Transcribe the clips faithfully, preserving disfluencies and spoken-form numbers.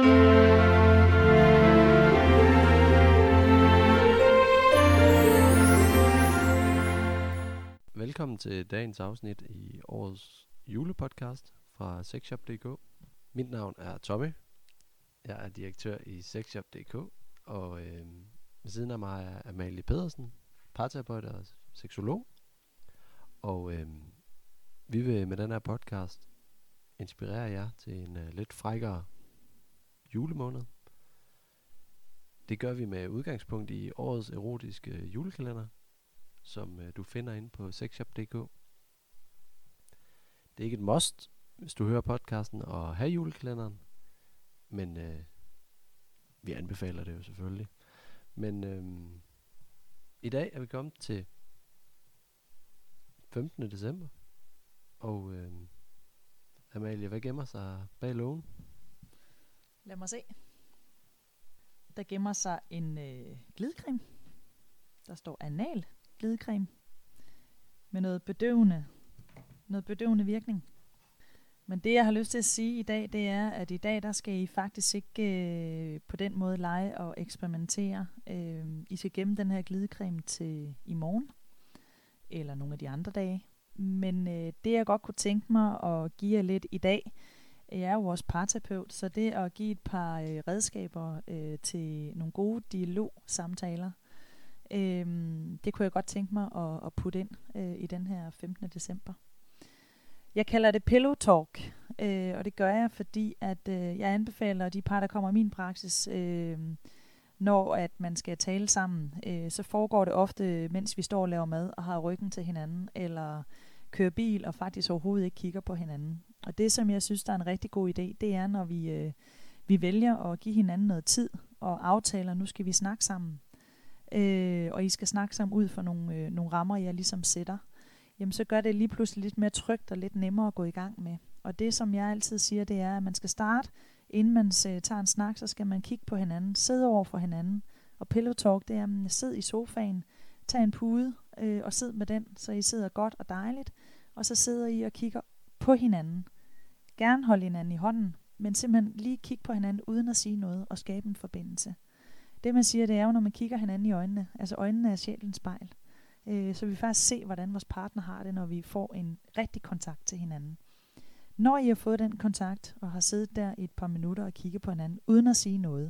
Velkommen til dagens afsnit i årets julepodcast fra sexshop punktum d k. Mit navn er Tommy. Jeg er direktør i sexshop punktum d k, og øh, ved siden af mig er Amalie Pedersen, parterapeut og seksolog. Og øh, vi vil med den her podcast inspirere jer til en øh, lidt frækkere julemåned. Det gør vi med udgangspunkt i årets erotiske julekalender, som øh, du finder inde på sexshop punktum d k. Det er ikke et must, hvis du hører podcasten, og have julekalenderen, men øh, vi anbefaler det jo selvfølgelig. Men øh, i dag er vi kommet til femtende december, og øh, Amalie, hvad gemmer sig bag lågen? Lad mig se. Der gemmer sig en øh, glidecreme. Der står anal glidecreme med noget bedøvende, noget bedøvende virkning. Men det jeg har lyst til at sige i dag, det er, at i dag der skal I faktisk ikke øh, på den måde lege og eksperimentere. Øh, I skal gemme den her glidecreme til i morgen, eller nogle af de andre dage. Men øh, det jeg godt kunne tænke mig at give jer lidt i dag, jeg er jo vores parterapeut, så det at give et par øh, redskaber øh, til nogle gode dialogsamtaler, øh, det kunne jeg godt tænke mig at, at putte ind øh, i den her femtende december. Jeg kalder det pillow talk, øh, og det gør jeg, fordi at øh, jeg anbefaler de par, der kommer i min praksis, øh, når at man skal tale sammen, øh, så foregår det ofte, mens vi står og laver mad og har ryggen til hinanden, eller kører bil og faktisk overhovedet ikke kigger på hinanden. Og det, som jeg synes, der er en rigtig god idé, det er, når vi, øh, vi vælger at give hinanden noget tid og aftaler, nu skal vi snakke sammen. Øh, og I skal snakke sammen ud for nogle, øh, nogle rammer, jeg ligesom sætter. Jamen så gør det lige pludselig lidt mere trygt og lidt nemmere at gå i gang med. Og det, som jeg altid siger, det er, at man skal starte, inden man øh, tager en snak, så skal man kigge på hinanden, sidde over for hinanden. Og pillow talk, det er at sidde i sofaen, tage en pude øh, og sidde med den, så I sidder godt og dejligt. Og så sidder I og kigger på hinanden. Gerne holde hinanden i hånden, men simpelthen lige kigge på hinanden uden at sige noget og skabe en forbindelse. Det man siger, det er jo, når man kigger hinanden i øjnene. Altså øjnene er sjælens spejl. Øh, så vi faktisk se, hvordan vores partner har det, når vi får en rigtig kontakt til hinanden. Når I har fået den kontakt og har siddet der i et par minutter og kigget på hinanden uden at sige noget,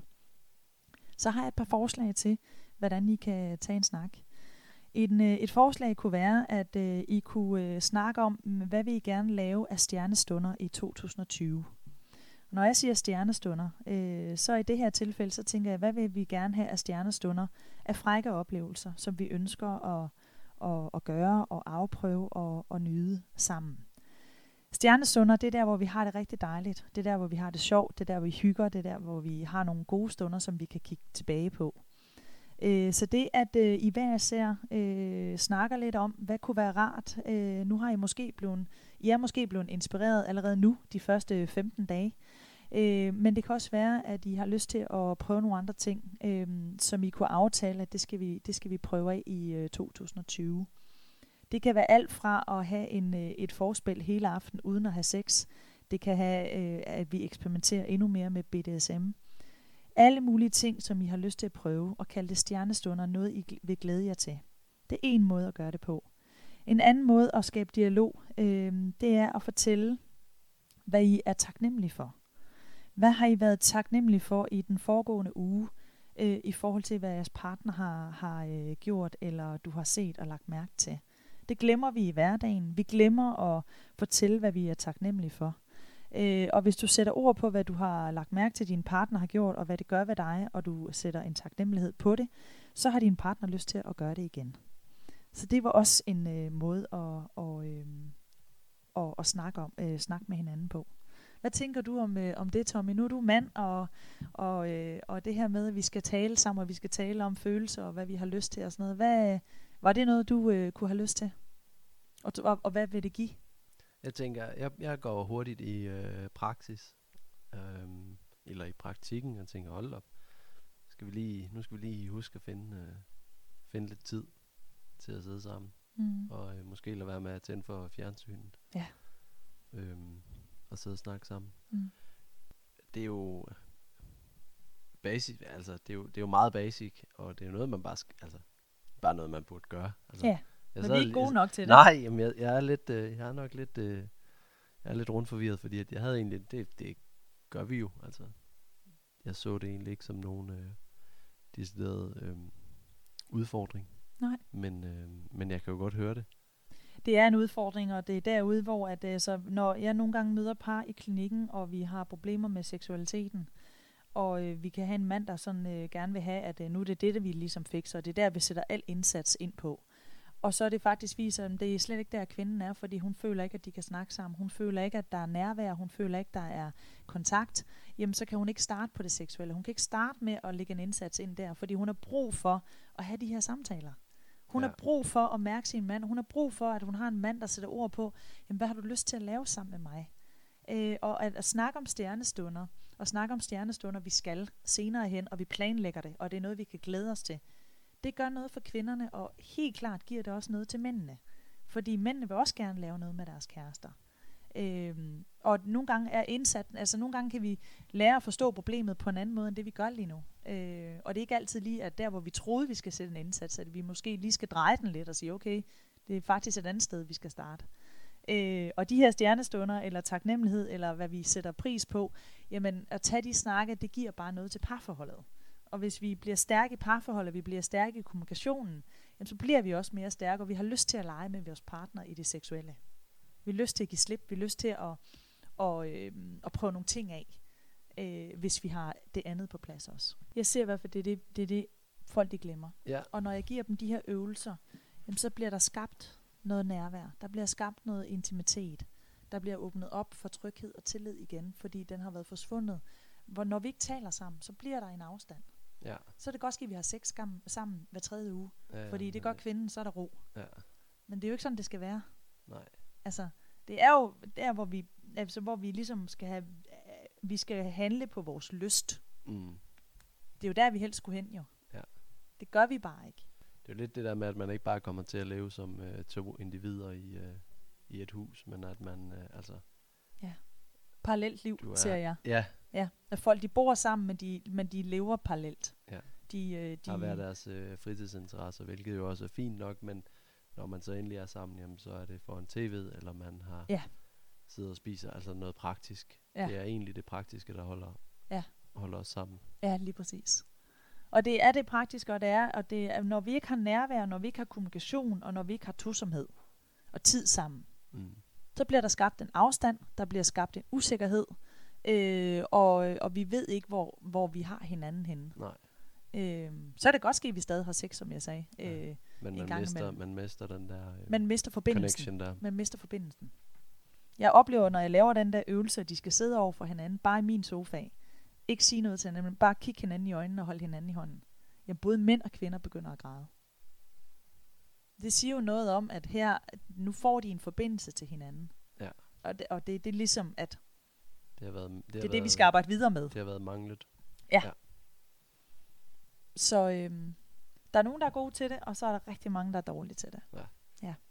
så har jeg et par forslag til, hvordan I kan tage en snak. En, øh, et forslag kunne være, at øh, I kunne øh, snakke om, hvad vil I gerne lave af stjernestunder i to tusind og tyve. Når jeg siger stjernestunder, øh, så i det her tilfælde, så tænker jeg, hvad vil vi gerne have af stjernestunder, af frække oplevelser, som vi ønsker at, at, at gøre og afprøve og, og nyde sammen. Stjernestunder, det er der, hvor vi har det rigtig dejligt. Det er der, hvor vi har det sjovt. Det er der, hvor vi hygger. Det er der, hvor vi har nogle gode stunder, som vi kan kigge tilbage på. Øh, så det, at øh, I hver især øh, snakker lidt om, hvad kunne være rart. Øh, nu har I måske blevet, I er måske blevet inspireret allerede nu, de første femten dage. Øh, men det kan også være, at I har lyst til at prøve nogle andre ting, øh, som I kunne aftale, at det skal vi, det skal vi prøve af i øh, to tusind og tyve. Det kan være alt fra at have en, øh, et forspil hele aften uden at have sex. Det kan have, øh, at vi eksperimenterer endnu mere med B D S M. Alle mulige ting, som I har lyst til at prøve, og kalde det stjernestunder, noget I vil glæde jer til. Det er en måde at gøre det på. En anden måde at skabe dialog, øh, det er at fortælle, hvad I er taknemmelige for. Hvad har I været taknemmelige for i den foregående uge, øh, i forhold til, hvad jeres partner har, har øh, gjort, eller du har set og lagt mærke til. Det glemmer vi i hverdagen. Vi glemmer at fortælle, hvad vi er taknemmelige for. Øh, og hvis du sætter ord på, hvad du har lagt mærke til, din partner har gjort, og hvad det gør ved dig, og du sætter en taknemmelighed på det, så har din partner lyst til at gøre det igen. Så det var også en øh, måde at, og, øh, at, at snakke, om, øh, snakke med hinanden på. Hvad tænker du om, øh, om det, Tommy? Nu er du mand, og, og, øh, og det her med, at vi skal tale sammen, og vi skal tale om følelser, og hvad vi har lyst til og sådan noget. Hvad, var det noget, du øh, kunne have lyst til? Og, og, og hvad vil det give? Jeg tænker, jeg, jeg går hurtigt i øh, praksis, øh, eller i praktikken, og tænker, hold op, skal vi lige, nu skal vi lige huske at finde, øh, finde lidt tid til at sidde sammen, mm. og øh, måske lade være med at tænde for fjernsynet, ja. øhm, og sidde og snakke sammen. Mm. Det er jo, basic, altså det er, jo, det er jo meget basic, og det er jo noget, man bare, sk- altså, bare noget, man burde gøre. Altså, Ja, jeg men sad vi er ikke lige- gode nok til det. Nej, jamen jeg, jeg er lidt, øh, jeg er nok lidt, øh, jeg er lidt rundt forvirret, fordi at jeg havde egentlig, det, det gør vi jo, altså. Jeg så det egentlig ikke som nogen øh, decideret øh, udfordring. Nej. Men, øh, men jeg kan jo godt høre det. Det er en udfordring, og det er derude, hvor at, øh, så når jeg nogle gange møder par i klinikken, og vi har problemer med seksualiteten, og øh, vi kan have en mand, der sådan øh, gerne vil have, at øh, nu er det det, der vi ligesom fikser, og det er der, vi sætter al indsats ind på. Og så er det faktisk viser, at det er slet ikke der, kvinden er, fordi hun føler ikke, at de kan snakke sammen. Hun føler ikke, at der er nærvær. Hun føler ikke, at der er kontakt. Jamen, så kan hun ikke starte på det seksuelle. Hun kan ikke starte med at lægge en indsats ind der, fordi hun har brug for at have de her samtaler. Hun Ja. har brug for at mærke sin mand. Hun har brug for, at hun har en mand, der sætter ord på, jamen, hvad har du lyst til at lave sammen med mig? Øh, og at, at snakke om stjernestunder, og snakke om stjernestunder, vi skal senere hen, og vi planlægger det, og det er noget, vi kan glæde os til. Det gør noget for kvinderne, og helt klart giver det også noget til mændene. Fordi mændene vil også gerne lave noget med deres kærester. Øhm, og nogle gange er indsat, altså nogle gange kan vi lære at forstå problemet på en anden måde, end det vi gør lige nu. Øh, og det er ikke altid lige, at der hvor vi troede, vi skal sætte en indsats, at vi måske lige skal dreje den lidt og sige, okay, det er faktisk et andet sted, vi skal starte. Øh, og de her stjernestunder, eller taknemmelighed, eller hvad vi sætter pris på, jamen at tage de snakke, det giver bare noget til parforholdet. Og hvis vi bliver stærke i parforholdet, vi bliver stærke i kommunikationen, jamen, så bliver vi også mere stærke, og vi har lyst til at lege med vores partner i det seksuelle. Vi har lyst til at give slip, vi har lyst til at, og, øh, at prøve nogle ting af, øh, hvis vi har det andet på plads også. Jeg ser i hvert fald, det er det, det, er det folk de glemmer. Ja. Og når jeg giver dem de her øvelser, jamen, så bliver der skabt noget nærvær. Der bliver skabt noget intimitet. Der bliver åbnet op for tryghed og tillid igen, fordi den har været forsvundet. Hvor når vi ikke taler sammen, så bliver der en afstand. Ja. Så er det godt ske, at vi har sex skam- sammen hver tredje uge. Ja, Fordi det ja, gør kvinden, så er der ro. Ja. Men det er jo ikke sådan, det skal være. Nej. Altså, det er jo der, hvor vi, altså, hvor vi ligesom skal have, vi skal handle på vores lyst. Mm. Det er jo der, vi helst skulle hen, jo. Ja. Det gør vi bare ikke. Det er jo lidt det der med, at man ikke bare kommer til at leve som øh, to individer i, øh, i et hus, men at man, øh, altså... Parallelt liv, Du er- ser jeg. Ja, Ja, at folk de bor sammen, men de, men de lever parallelt. Ja. De, øh, de, har hver deres øh, fritidsinteresser, hvilket jo også er fint nok, men når man så endelig er sammen, jamen, så er det for en tv, eller man har Ja. sidder og spiser, altså noget praktisk. Ja. Det er egentlig det praktiske, der holder, Ja. holder os sammen. Ja, lige præcis. Og det er det praktiske, og det er, og det er, når vi ikke har nærvær, når vi ikke har kommunikation, og når vi ikke har tosomhed og tid sammen, Mm. så bliver der skabt en afstand, der bliver skabt en usikkerhed, øh, og, og vi ved ikke, hvor, hvor vi har hinanden henne. Nej, Øh, så er det godt ske, at vi stadig har sex, som jeg sagde. Ja. Øh, men En man gang mister, imellem. man mister den der øh, man mister forbindelsen. connection der. Man mister forbindelsen. Jeg oplever, når jeg laver den der øvelse, at de skal sidde over for hinanden, bare i min sofa. Ikke sige noget til hinanden, men bare kigge hinanden i øjnene og holde hinanden i hånden. Ja, både mænd og kvinder begynder at græde. Det siger jo noget om, at her, nu får de en forbindelse til hinanden. Ja. Og det, og det, det er ligesom, at Det har været, det det har er det, været, vi skal arbejde videre med. Det har været manglet. Så øhm, der er nogen, der er gode til det, og så er der rigtig mange, der er dårlige til det. Ja. Ja.